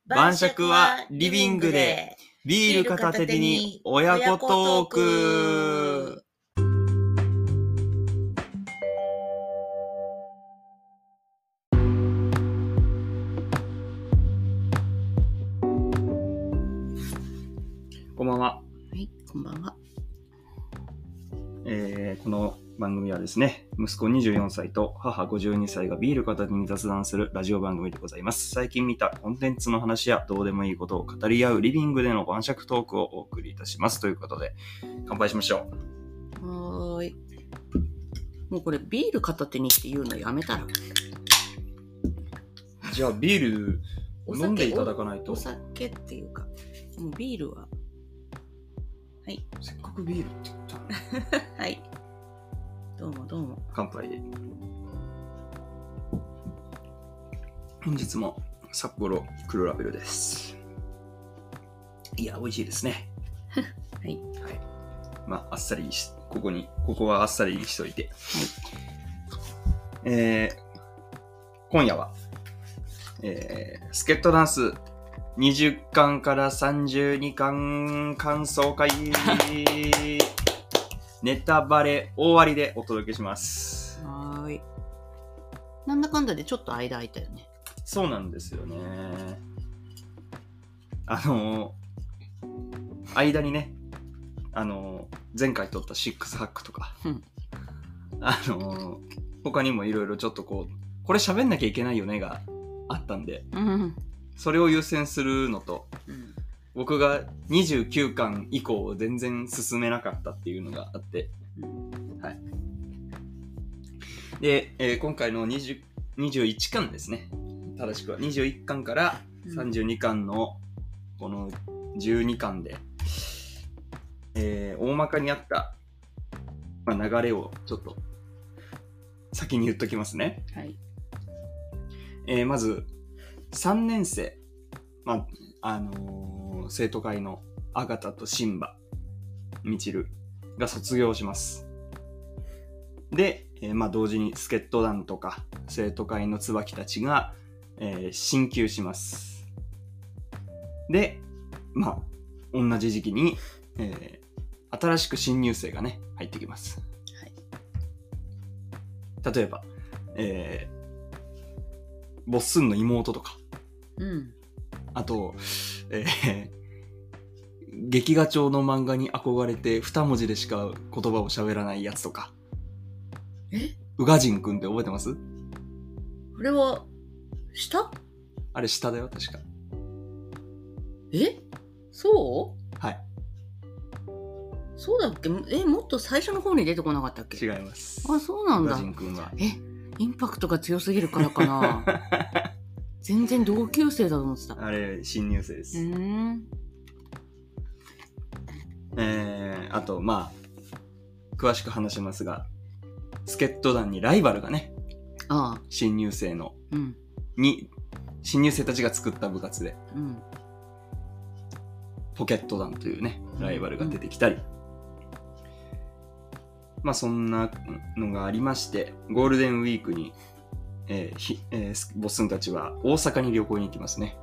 晩酌はリビングで、ビール片手に親子トーク。こんばんは。 はい、こんばんは。 この番組はですね、息子24歳と母52歳がビール片手に雑談するラジオ番組でございます。最近見たコンテンツの話やどうでもいいことを語り合うリビングでの晩酌トークをお送りいたします。ということで、乾杯しましょう。はーい。もうこれビール片手にって言うのやめたら。 じゃあビール飲んでいただかないと。 お酒っていうか、もうビールは。はい。 せっかくビールって言ったの。 はい。どうもどうも。 乾杯で。本日も札幌黒ラベルです。いや、美味しいですね。 はい。 はい。まあ、あっさりにし、ここはあっさりにしといて。はい。今夜は、スケットダンス20巻から32巻感想会ネタバレ大ありでお届けします。 はーい。なんだかんだでちょっと間空いたよね。 そうなんですよね。間にね、前回撮ったシックスハックとか、他にもいろいろちょっとこれ喋んなきゃいけないよねがあったんで、それを優先するのと、僕が29巻以降全然進めなかったっていうのがあって、はい。で、今回の21巻ですね。正しくは21巻から32巻のこの12巻で、大まかにあった、流れをちょっと先に言っときますね。 はい。 まず3年生、生徒会のアガタとシンバ、ミチルが卒業します。で、同時に助っ人団とか生徒会の椿たちが、進級します。で、同じ時期に、新しく新入生がね入ってきます。はい、例えば、ボッスンの妹とか、あと、劇画調の漫画に憧れて2文字でしか言葉を喋らないやつとか。ウガジンくんって覚えてます？ これは下？ あれ下だよ確か。 そう？ はい。 そうだっけ？もっと最初の方に出てこなかったっけ？ 違います。 あ、そうなんだ。 ウガジンくんは。 インパクトが強すぎるからかな。全然同級生だと思ってた。 あれ新入生です。あと詳しく話しますが、助っ人団にライバルがね、新入生の、新入生たちが作った部活で、ポケット団というねライバルが出てきたり、そんなのがありまして、ゴールデンウィークに、ボスンたちは大阪に旅行に行きますね。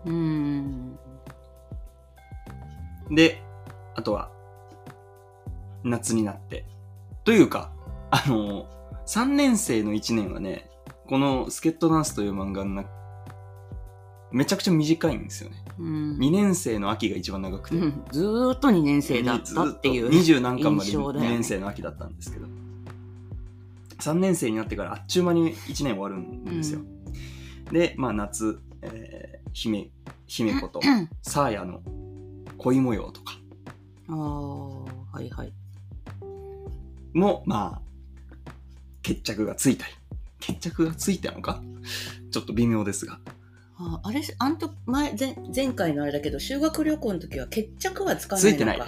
で、あとは夏になってというか、3年生の1年はね、このスケットダンスという漫画のめちゃくちゃ短いんですよね。2年生の秋が一番長くて、 ずーっと2年生だったっていう 20何巻まで2年生の秋だったんですけど、3年生になってからあっちゅう間に1年終わるんですよ。で、夏、姫子とサーヤの恋模様とかはいはいも決着がついたり、決着がついたのかちょっと微妙ですが、 あれ、前回のあれだけど、修学旅行の時は決着はつかないのか。 ついてないです。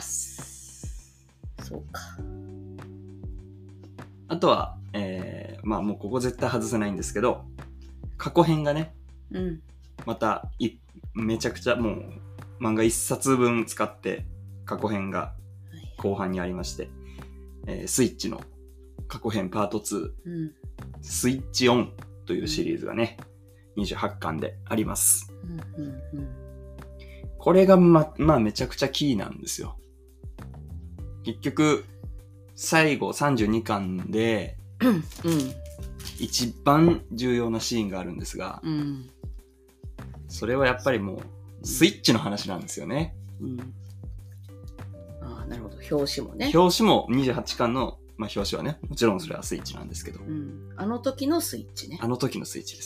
そうか。 あとは、もうここ絶対外せないんですけど、過去編がね、まためちゃくちゃもう漫画1冊分使って過去編が後半にありまして、スイッチの過去編パート2、スイッチオンというシリーズがね、28巻であります。 これがまあめちゃくちゃキーなんですよ。結局、最後32巻で、一番重要なシーンがあるんですが、それはやっぱりもう、スイッチの話なんですよね。 ああ、なるほど。表紙もね。 表紙も28巻の、まあ表紙はね、もちろんそれはスイッチなんですけど。 あの時のスイッチね。 あの時のスイッチです。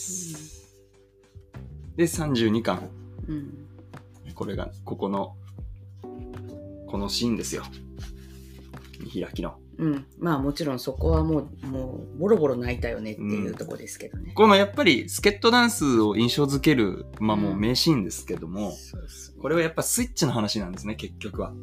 で、32巻。これが、このシーンですよ。見開きの。 まあもちろんそこはもうボロボロ泣いたよねっていうとこですけどね。 このやっぱりスケットダンスを印象づける、まあもう名シーンですけども、これはやっぱスイッチの話なんですね、結局は。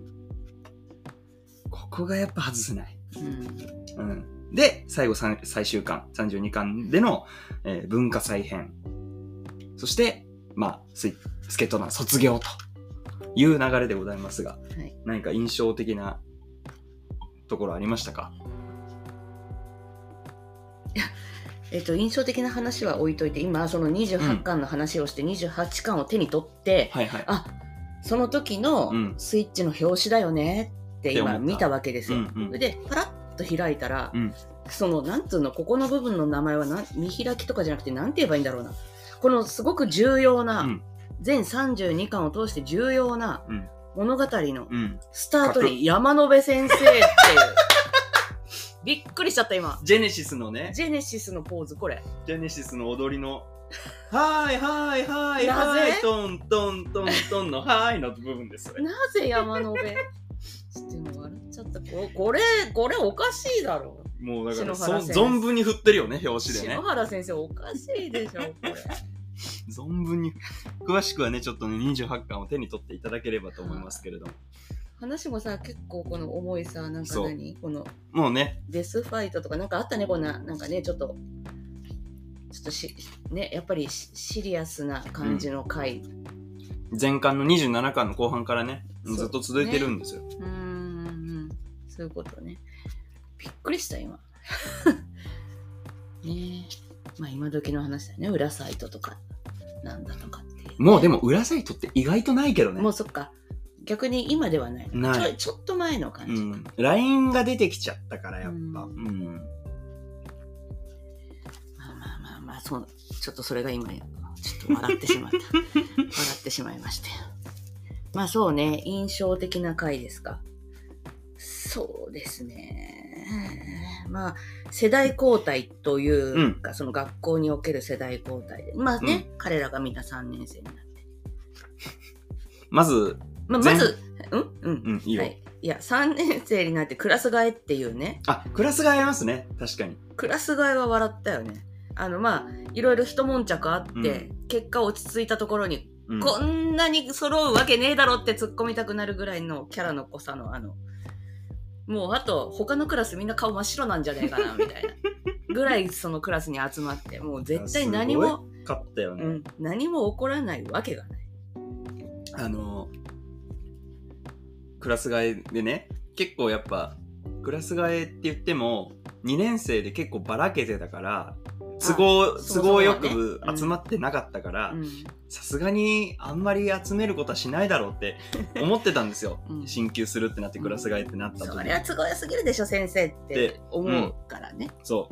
ここがやっぱ外せない。で、最後最終巻、32巻での、文化祭編。そして、まあ、スケートダンス卒業という流れでございますが、何か印象的なところありましたか？ 印象的な話は置いといて、今その28巻の話をして28巻を手に取って、あ、その時のスイッチの表紙だよねって今見たわけですよ。で、パラッと開いたら、そのなんつうの、ここの部分の名前は見開きとかじゃなくてなんて言えばいいんだろうな。このすごく重要な、全32巻を通して重要な物語のスタートに山野辺先生っていうびっくりしちゃった今。 ジェネシスのね。 ジェネシスのポーズ、これ。 ジェネシスの踊りのはいはいはいはいトントントントンのはいの部分です。 なぜ山野辺ちょっと今笑っちゃった。これおかしいだろ。 もうだから存分に振ってるよね、表紙でね。 篠原先生おかしいでしょこれ。 存分に。詳しくはね、ちょっとね、28巻を手に取っていただければと思いますけれども。 話もさ、結構この重いさ、なんかこのもうね、 デスファイトとかなんかあったね、こんな、なんかね、ちょっとね、やっぱりシリアスな感じの回。 前巻の27巻の後半からね、ずっと続いてるんですよ。 そういうことね。びっくりした今。ねえ、まあ今時の話だよね。裏サイトとかなんだとかっていう、ね。 もうでも裏サイトって意外とないけどね。 もうそっか。逆に今ではない。ちょっと前の感じ。 LINE が出てきちゃったからやっぱ。まあそう、ちょっとそれが今ちょっと笑ってしまった。笑ってしまいましたよ。まあそうね、印象的な回ですか。そうですね。まあ世代交代というか、その学校における世代交代で、まあね、彼らがみんな3年生になって。 まずいいよ。いや、3年生になってクラス替えっていうね。 あ、クラス替えありますね。確かに。 クラス替えは笑ったよね。まあ、いろいろ一悶着あって、結果落ち着いたところに、こんなに揃うわけねえだろって突っ込みたくなるぐらいのキャラの濃さのもうあと他のクラスみんな顔真っ白なんじゃねえかなみたいなぐらいそのクラスに集まって、もう絶対何も勝ったよね、 何も起こらないわけがない。 クラス替えでね、結構やっぱクラス替えって言っても2年生で結構ばらけてたから都合よく集まってなかったからさすがにあんまり集めることはしないだろうって思ってたんですよ。進級するってなってクラス替えってなった時に、 それは都合良すぎるでしょ先生って思うからね。 そう、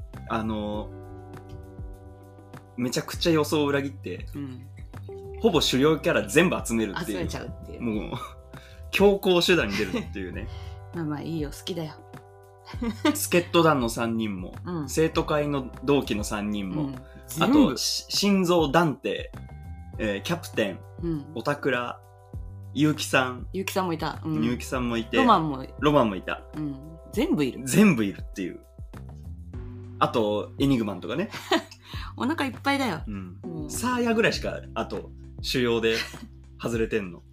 めちゃくちゃ予想を裏切って、ほぼ主要キャラ全部集めるっていう、 集めちゃうっていう、 もう強行手段に出るっていうね。 まあいいよ、好きだよ。 助っ人団の3人も、生徒会の同期の3人も、あと心臓ダンテ、キャプテン、おたくら、ゆうきさんもいた、 ゆうきさんもいて、 ロマンもいた、全部いるっていう。あとエニグマンとかね。 お腹いっぱいだよ。 サーヤぐらいしかあと主要で外れてんの。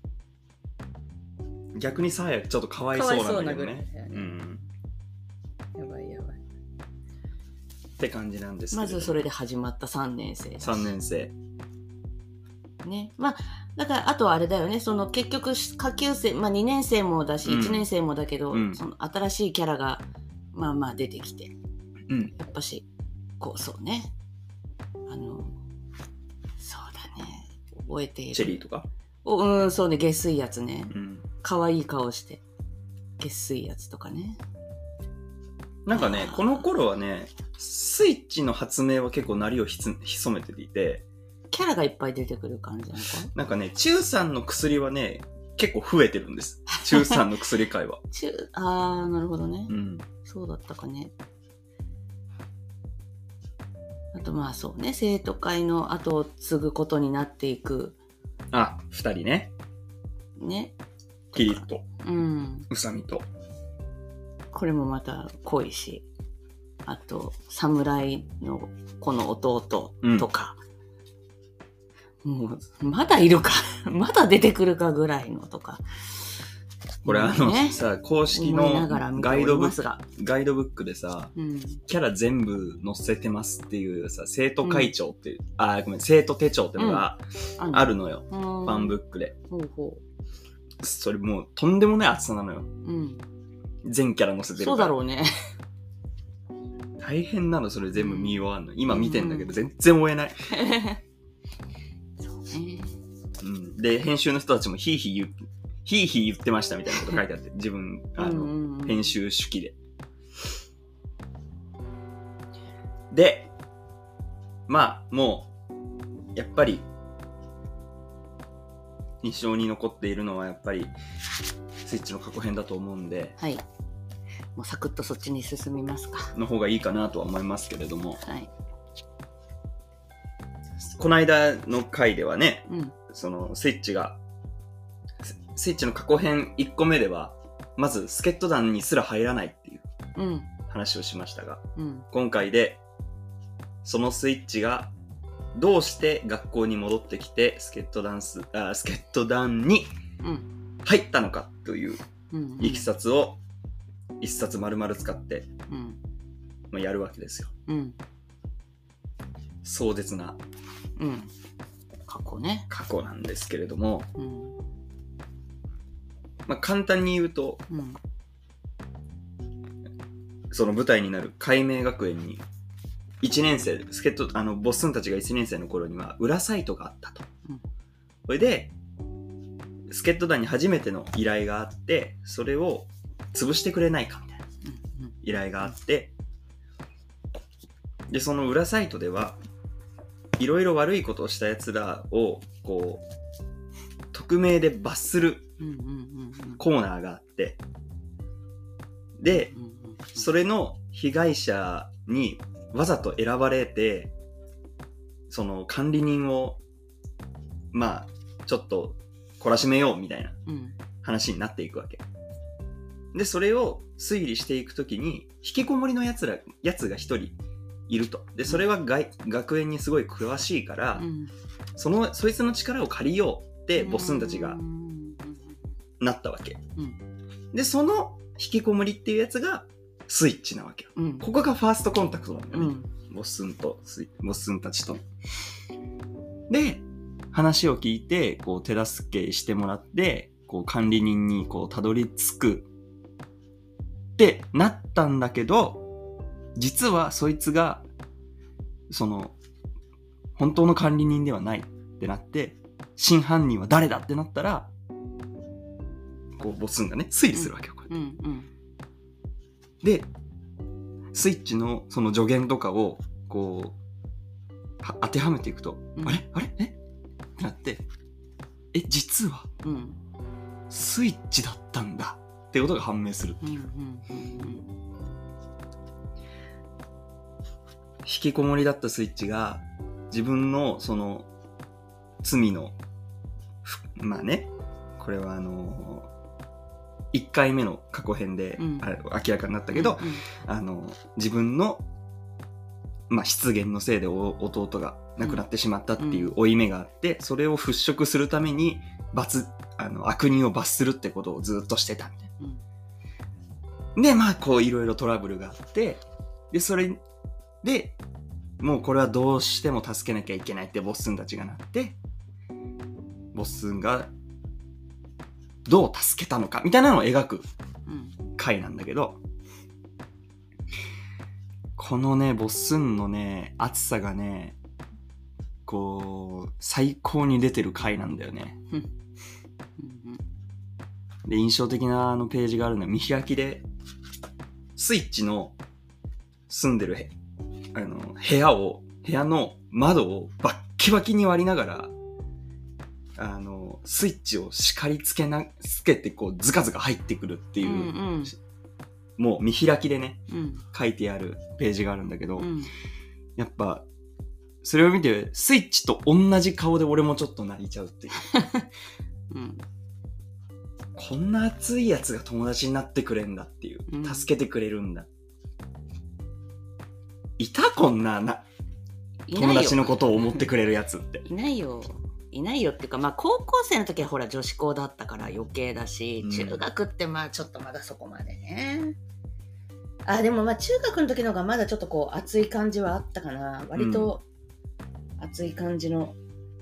逆にサーヤちょっとかわいそうなんだけどね。 やばい。 って感じなんですけど。 まずそれで始まった3年生。 3年生。 ね。まあ、だからあとはあれだよね。その結局下級生、まあ2年生もだし、1年生もだけど、その新しいキャラがまあまあ出てきて。やっぱし、そうね。そうだね。 終えている。 チェリーとか。 そうね、下水やつね。 うん。 可愛い顔して。下水やつとかね。 なんかね、この頃はね、スイッチの発明は結構鳴りを潜めていて、 キャラがいっぱい出てくる感じなのかなんかね、中3の薬はね、結構増えてるんです。中3の薬会は。 なるほどね。 うん。 そうだったかね。あとまあそうね、生徒会の後を継ぐことになっていく。 あ、2人ね。 ね。 キリと、 宇佐美と。 これもまた濃いし。あと、侍の子の弟とか。もう、まだいるか。まだ出てくるかぐらいのとか。 これさ、公式のガイドブックでさ、キャラ全部載せてますっていうさ、生徒会長っていう、生徒手帳っていうのがあるのよ。ファンブックで。それもうとんでもない厚さなのよ。全キャラ載せてるから。 そうだろうね。 大変なの、それ全部見終わんの。今見てんだけど、全然追えない。 そうね。 で、編集の人たちもヒーヒー言ってましたみたいなこと書いてあって、自分、編集手記で。で、まあ、もう、やっぱり、印象に残っているのは、やっぱり、スイッチの過去編だと思うんで、 はい。もうサクッとそっちに進みますか。 の方がいいかなとは思いますけれども、 はい。 この間の回ではね、そのスイッチの過去編1個目では、まず助っ人団にすら入らないっていう話をしましたが、今回で、そのスイッチがどうして学校に戻ってきて助っ人団に入ったのかといういきさつを一冊丸々使って、やるわけですよ。壮絶な過去なんですけれども、簡単に言うと、その舞台になる海明学園に1年生ボッスンたちが1年生の頃には裏サイトがあったと。それで助っ人団に初めての依頼があって、それを潰してくれないかみたいな依頼があって、でその裏サイトではいろいろ悪いことをしたやつらをこう匿名で罰するコーナーがあって、でそれの被害者にわざと選ばれて、その管理人をちょっと懲らしめようみたいな話になっていくわけで、それを推理していくときに引きこもりのやつが一人いると。でそれは学園にすごい詳しいから、そいつの力を借りようってボスンたちがなったわけ、でその引きこもりっていうやつがスイッチなわけよ、ここがファーストコンタクトなんだよね、ボスンたちと。で話を聞いてこう手助けしてもらってこう管理人にこうたどり着くってなったんだけど、実はそいつがその本当の管理人ではないってなって、真犯人は誰だってなったらこうボスンがね推理するわけよ、でスイッチのその助言とかをこう当てはめていくと、あれってなって、実はスイッチだったんだってことが判明するっていう、引きこもりだったスイッチが自分のその罪のこれは1回目の過去編で明らかになったけど、自分の失言のせいで弟が亡くなってしまったっていう負い目があって、それを払拭するために悪人を罰するってことをずっとしてたみたいな、でこういろいろトラブルがあって、でそれでもうこれはどうしても助けなきゃいけないってボッスンたちがなって、ボッスンがどう助けたのかみたいなのを描く回なんだけど、このねボッスンのね熱さがねこう最高に出てる回なんだよね。で印象的なページがあるのは見開きでスイッチの住んでる部屋の窓をバッキバキに割りながらスイッチを叱りつけてこうズカズカ入ってくるっていう、もう見開きでね、書いてあるページがあるんだけど、やっぱそれを見てスイッチと同じ顔で俺もちょっと泣いちゃうっていう、こんな熱いやつが友達になってくれんだっていう、助けてくれるんだ、いたこんな友達のことを思ってくれるやつっていないよっていうか、まあ高校生の時はほら女子校だったから余計だし、中学ってまあちょっとまだそこまでね。でもまあ中学の時の方がまだちょっとこう熱い感じはあったかな。割と熱い感じの、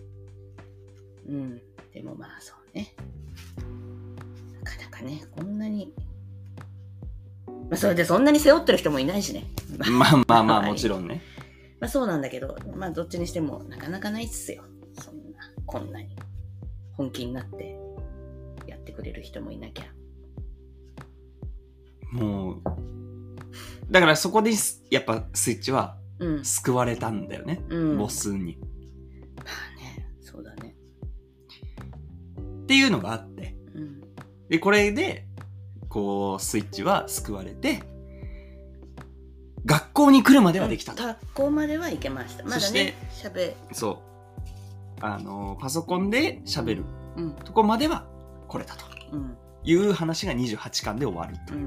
でもまあそうね。なかなかね、こんなに、まあそれでそんなに背負ってる人もいないしね。 まあもちろんね。 まあそうなんだけど、まあどっちにしてもなかなかないっすよ。こんなに本気になってやってくれる人もいなきゃ。 もうだからそこでやっぱスイッチは救われたんだよね、ボスに。 まあね、そうだねっていうのがあって、でこれでこうスイッチは救われて学校に来るまではできたと、 学校までは行けました。まだね、 そうパソコンで喋るとこまでは来れたという話が28巻で終わると、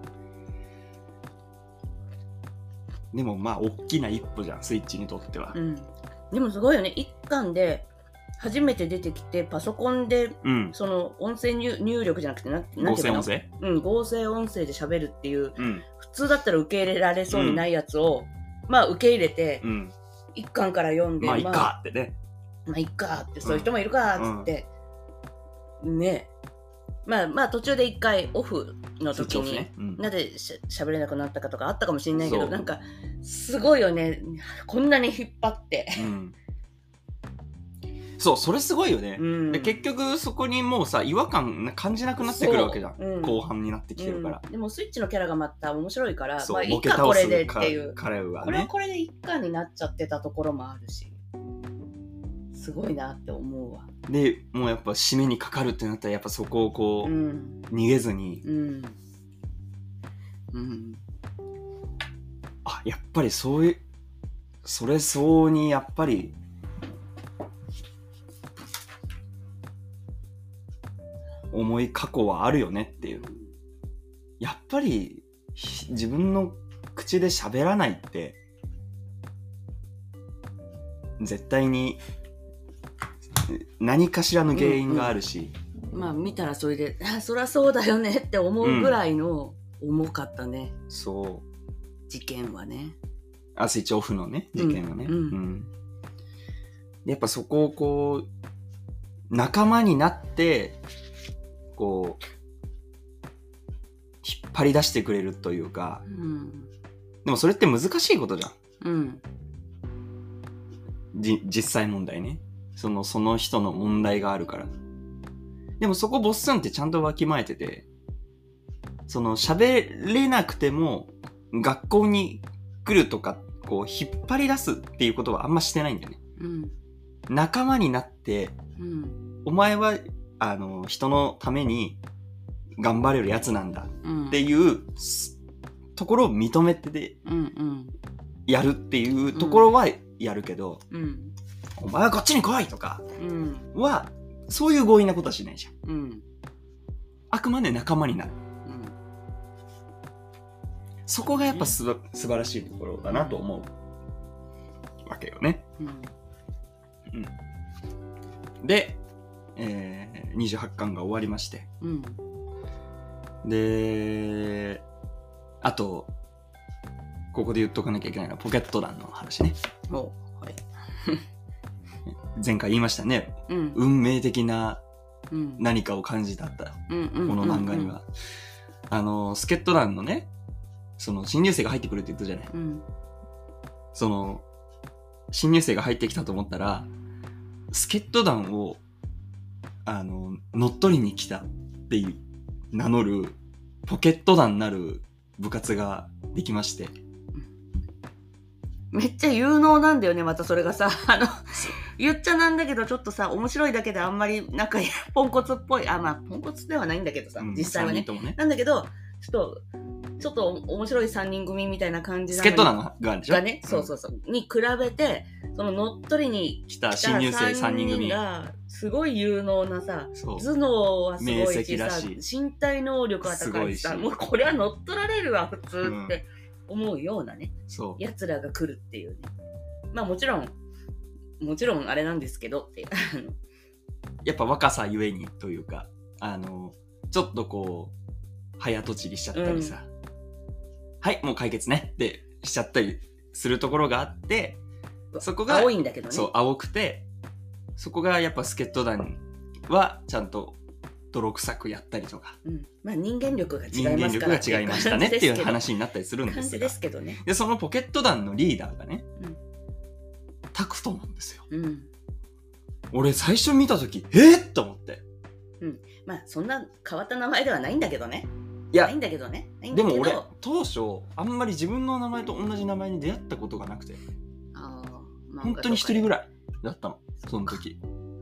でもまあ大きな一歩じゃん、スイッチにとっては、 でもすごいよね。1巻で初めて出てきてパソコンで、その音声入力じゃなくて合成音声、 合成音声で喋るっていう、普通だったら受け入れられそうにないやつを、まあ受け入れて、1巻から読んで、 まあいっかってね、 まあいっかって、そういう人もいるかっつって、ね、まあ途中で一回オフの時に、なんで喋れなくなったかとかあったかもしれないけど、なんかすごいよね、こんなに引っ張って、 そう、それすごいよね、で結局そこにもうさ違和感感じなくなってくるわけじゃん、後半になってきてるから、 でもスイッチのキャラがまた面白いから、 まあいいかこれでっていう、 彼はね、 これはこれで一巻になっちゃってたところもあるし、すごいなって思うわ。 でもうやっぱ締めにかかるってなったらやっぱそこをこう、逃げずに、やっぱりそういうそれ相応にやっぱり重い過去はあるよねっていう、やっぱり自分の口で喋らないって絶対に何かしらの原因があるし、 まあ見たらそれでそりゃそうだよねって思うぐらいの重かったね、 そう事件はね、 スイッチオフのね事件はね、でやっぱそこをこう仲間になってこう引っ張り出してくれるというか、でもそれって難しいことじゃん、実際問題ね、その人の問題があるから。でもそこボッスンってちゃんとわきまえてて、喋れなくても学校に来るとかこう引っ張り出すっていうことはあんましてないんだよね、仲間になって、お前は人のために頑張れるやつなんだっていうところを認めてやるっていうところはやるけど、お前はこっちに来いとかは、そういう強引なことはしないじゃん、あくまで仲間になる、そこがやっぱ素晴らしいところだなと思うわけよね、で、28巻が終わりまして、であとここで言っとかなきゃいけないのはポケット弾の話ね。前回言いましたね、運命的な何かを感じたった、この漫画には、スケット団のね、その新入生が入ってくるって言ったじゃない、 新入生が入ってきたと思ったら、助っ人団を乗っ取りに来たっていう名乗るポケット団なる部活ができまして、 めっちゃ有能なんだよね。またそれがさ、言っちゃなんだけど、ちょっとさ、面白いだけであんまりなんかポンコツっぽい、まあポンコツではないんだけどさ、実際はね。なんだけど、ちょっと面白い3人組みたいな感じなのに。 助っ人団がでしょ。 がね、そう。に比べて、その乗っ取りに来た新入生3人組がすごい有能なさ、頭脳はすごいしさ、身体能力は高いしさ、もうこれは乗っ取られるわ、普通って思うようなね、奴らが来るっていうね。まあもちろんあれなんですけどっていう。 やっぱ若さゆえにというか、ちょっとこう、早とちりしちゃったりさ、はい、もう解決ねってしちゃったりするところがあって、そこが青いんだけどね。 そう、青くて、そこがやっぱ助っ人団はちゃんと泥臭くやったりとか、 まあ人間力が違いますから、 人間力が違いましたねっていう話になったりするんですが、 ですけどね。 でそのポケット団のリーダーがね、タクトなんですよ。俺最初見た時っと思って、 まあそんな変わった名前ではないんだけどね。ないんだけどね。 でも俺当初あんまり自分の名前と同じ名前に出会ったことがなくて、本当に一人ぐらいだったの、その時。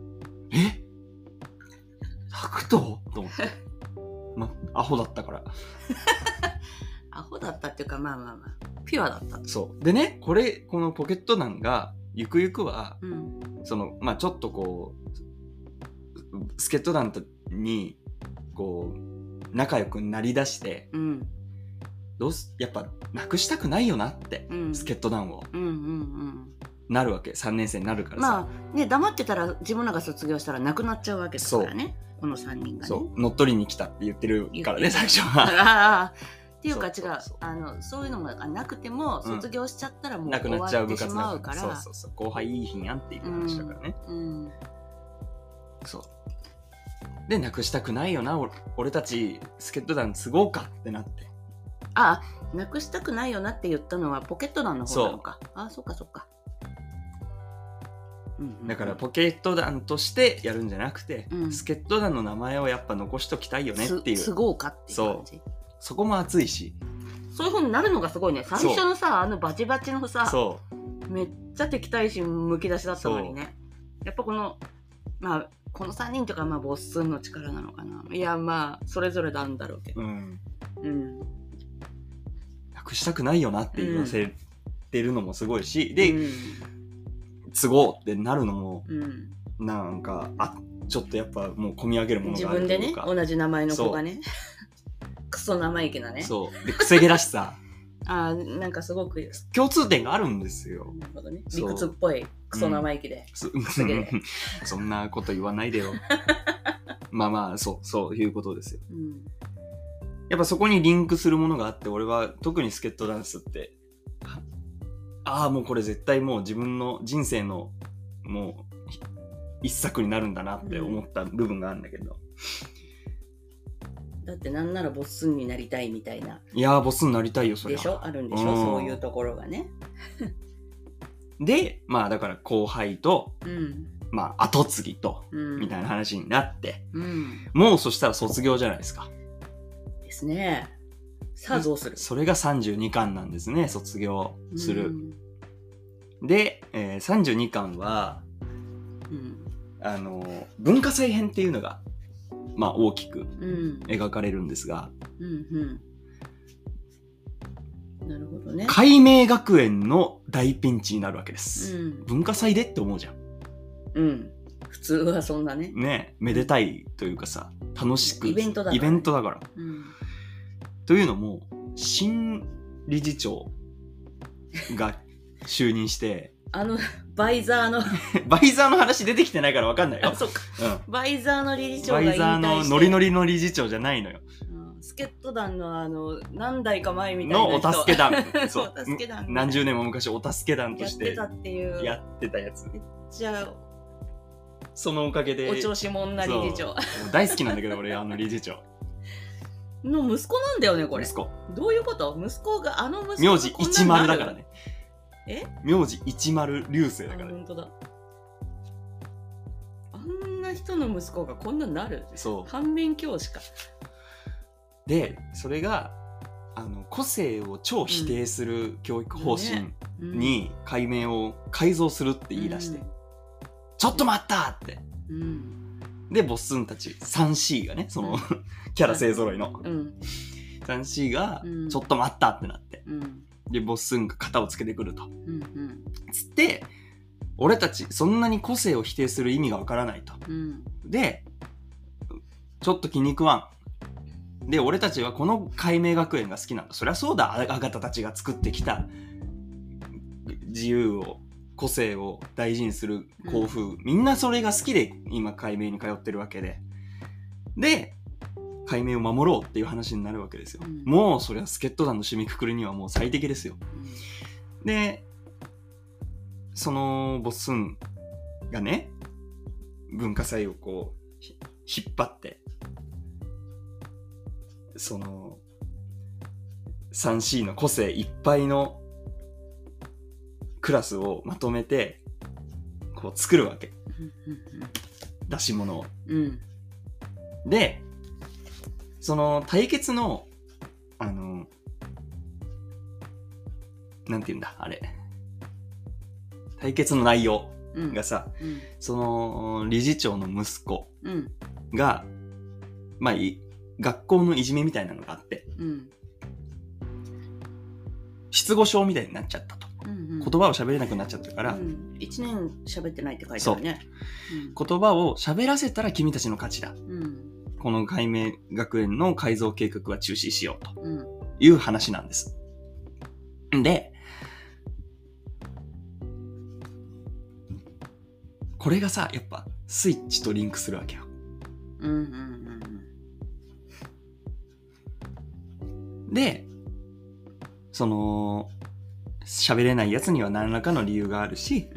タクトと思って。アホだったから。 アホだったっていうか、まあピュアだった。 そうでね、このポケット団がゆくゆくは、そのちょっとこう助っ人団にこう仲良くなりだして、やっぱなくしたくないよなって、助っ人団を、なるわけ。3年生になるからさ。 まあね、黙ってたら自分らが卒業したらなくなっちゃうわけだからね、この3人がね。 そう、乗っ取りに来たって言ってるからね、最初は。 っていうか違う、そういうのがなくても卒業しちゃったらもうなくなっちゃう部終わってしまうから。 そう、後輩いい日やんっていう話だからね。そうで、なくしたくないよな、俺たち助っ人団継ごうかってなって。 なくしたくないよなって言ったのはポケット団の方なのか。そっか。 だからポケット団としてやるんじゃなくて、助っ人団の名前をやっぱ残しときたいよねっていう。 継ごうかっていう感じ。 そこも熱いし。 そういう風になるのがすごいね。最初のさ、バチバチのさ、めっちゃ敵対心むき出しだったのにね。やっぱこの3人とかボッスンの力なのかな。いやそれぞれなんだろうけど。 なくしたくないよなって言わせてるのもすごいし、で、継ごうってなるのも、なんかちょっとやっぱもう込み上げるものがあるというか。 自分でね、同じ名前の子がね。クソ生意気なね。 そうで、くせ毛らしさ。 なんかすごく共通点があるんですよ。 なるほどね。理屈っぽいクソ生意気で。 そんなこと言わないでよ。そういうことですよ。やっぱそこにリンクするものがあって、俺は特に助っ人ダンスって、もうこれ絶対もう自分の人生のもう一作になるんだなって思った部分があるんだけど。 だってなんならボスになりたいみたいな。 いやー、ボスになりたいよ、それ。 でしょ、あるんでしょ、そういうところがね。 で、だから後輩と、後継ぎと、みたいな話になって、もうそしたら卒業じゃないですか。 ですね。さあどうする？ それが32巻なんですね、卒業する。で、32巻は、文化祭編っていうのが、大きく描かれるんですが、 なるほどね。 海明学園の大ピンチになるわけです。文化祭でって思うじゃん。 普通はそんなね。 めでたいというかさ、楽しく。 イベントだから。というのも、新理事長が就任して、 バイザーのバイザーの話出てきてないから分かんないよ。 そっか、バイザーの理事長が引退して、 バイザーのノリノリの理事長じゃないのよ。 助っ人団の何代か前みたいなのお助け団。 そう、お助け団。 何十年も昔お助け団としてやってたっていう。 やってたやつ。 じゃあ、 そのおかげで。 お調子者な理事長。 大好きなんだけど、俺、理事長。 の息子なんだよね、これ。 息子。 どういうこと？息子が、息子が名字10だからね。 名字一丸流星だから。 本当だ。あんな人の息子がこんなになる。 そう。 反面教師か。 で、それが個性を超否定する教育方針に改名を改造するって言い出して、ちょっと待ったって。で、ボッスンたち 3C がね、そのキャラ勢揃いの 3C がちょっと待ったってなって、でボッスンが肩をつけてくると、つって俺たちそんなに個性を否定する意味がわからないと、でちょっと気に食わんで、俺たちはこの海明学園が好きなんだ。そりゃそうだ、あがたたちが作ってきた自由を個性を大事にする校風、みんなそれが好きで今海明に通ってるわけで、海明を守ろうっていう話になるわけですよ。もうそれは助っ人団の締めくくりにはもう最適ですよ。でそのボッスンがね、文化祭をこう引っ張って、その 3C の個性いっぱいのクラスをまとめてこう作るわけ、出し物を、でその対決のなんていうんだあれ、対決の内容がさ、その理事長の息子が、まあ学校のいじめみたいなのがあって、失語症みたいになっちゃったと、言葉を喋れなくなっちゃったから、 1年喋ってないって書いてあるね。 言葉を喋らせたら君たちの勝ちだ、この海明学園の改造計画は中止しようという話なんです。でこれがさ、やっぱスイッチとリンクするわけよ。でその喋れないやつには何らかの理由があるし、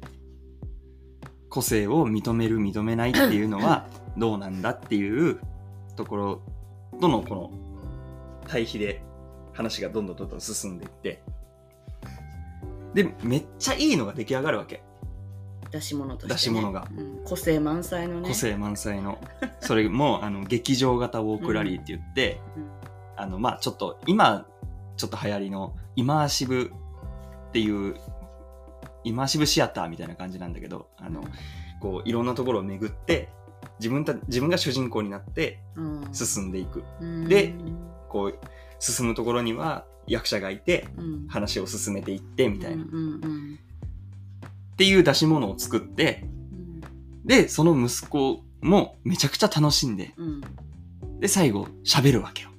個性を認める認めないっていうのはどうなんだっていうところとのこの対比で話がどんどん進んでいって、でめっちゃいいのが出来上がるわけ。 出し物として、ね、 出し物が、 個性満載のね。 個性満載のそれも劇場型ウォークラリーって言って、まあちょっと今ちょっと流行りのイマーシブっていうイマーシブシアターみたいな感じなんだけど、こういろんなところを巡って自分が主人公になって進んでいく、でこう進むところには役者がいて話を進めていってみたいな、っていう出し物を作って、でその息子もめちゃくちゃ楽しんで、で最後喋るわけよ。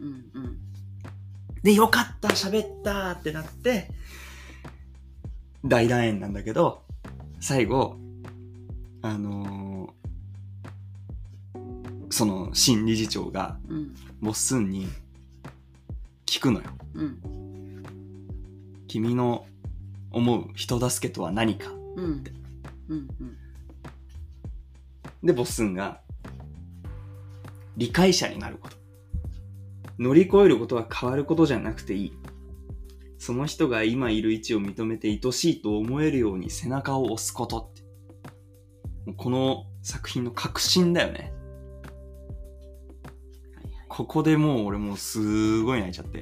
でよかった喋ったってなって大団円なんだけど、最後その新理事長がボッスンに聞くのよ、君の思う人助けとは何かって、でボッスンが理解者になること、乗り越えることは変わることじゃなくていい、その人が今いる位置を認めて愛しいと思えるように背中を押すことって、もうこの作品の核心だよね。ここでもう俺もうすごい泣いちゃって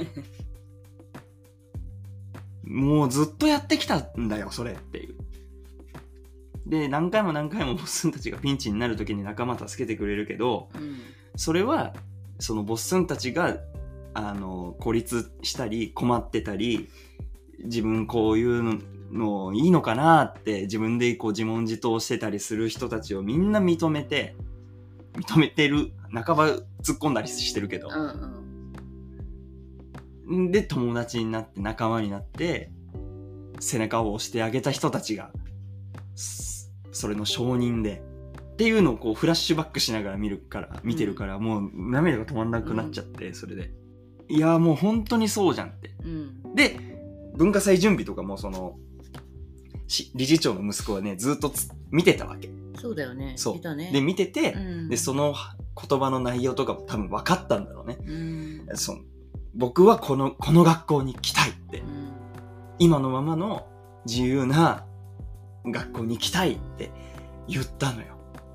もうずっとやってきたんだよそれっていう。で何回もボッスンたちがピンチになる時に仲間助けてくれるけど、それはそのボッスンたちが孤立したり困ってたり、自分こういうのいいのかなって自分でこう自問自答してたりする人たちをみんな認めてる、半ば突っ込んだりしてるけど、で友達になって仲間になって背中を押してあげた人たちがそれの証人でっていうのをこうフラッシュバックしながら見てるから、もう涙が止まんなくなっちゃって、それでいやもう本当にそうじゃんって、で文化祭準備とかもその理事長の息子はねずっと見てたわけ。 そうだよね。 そう見たね。 で見てて、でその言葉の内容とかも多分分かったんだろうね。僕はこの学校に来たいって、 今のままの自由な学校に行きたいって言ったのよ。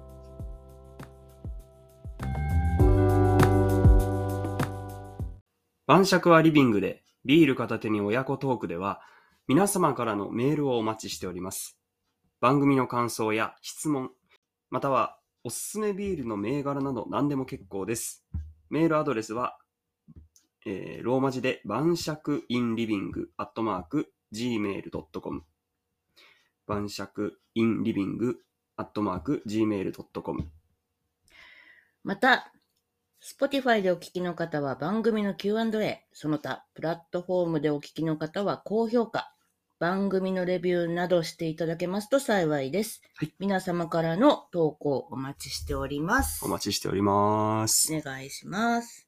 晩酌はリビングでビール片手に親子トークでは皆様からのメールをお待ちしております。番組の感想や質問、またはおすすめビールの銘柄など何でも結構です。メールアドレスは、ローマ字で晩酌 in living @gmail.com 晩酌 in living @gmail.com また、Spotify でお聞きの方は番組の Q&A、その他プラットフォームでお聞きの方は高評価、番組のレビューなどしていただけますと幸いです。はい、皆様からの投稿お待ちしております。 お待ちしております。 お願いします。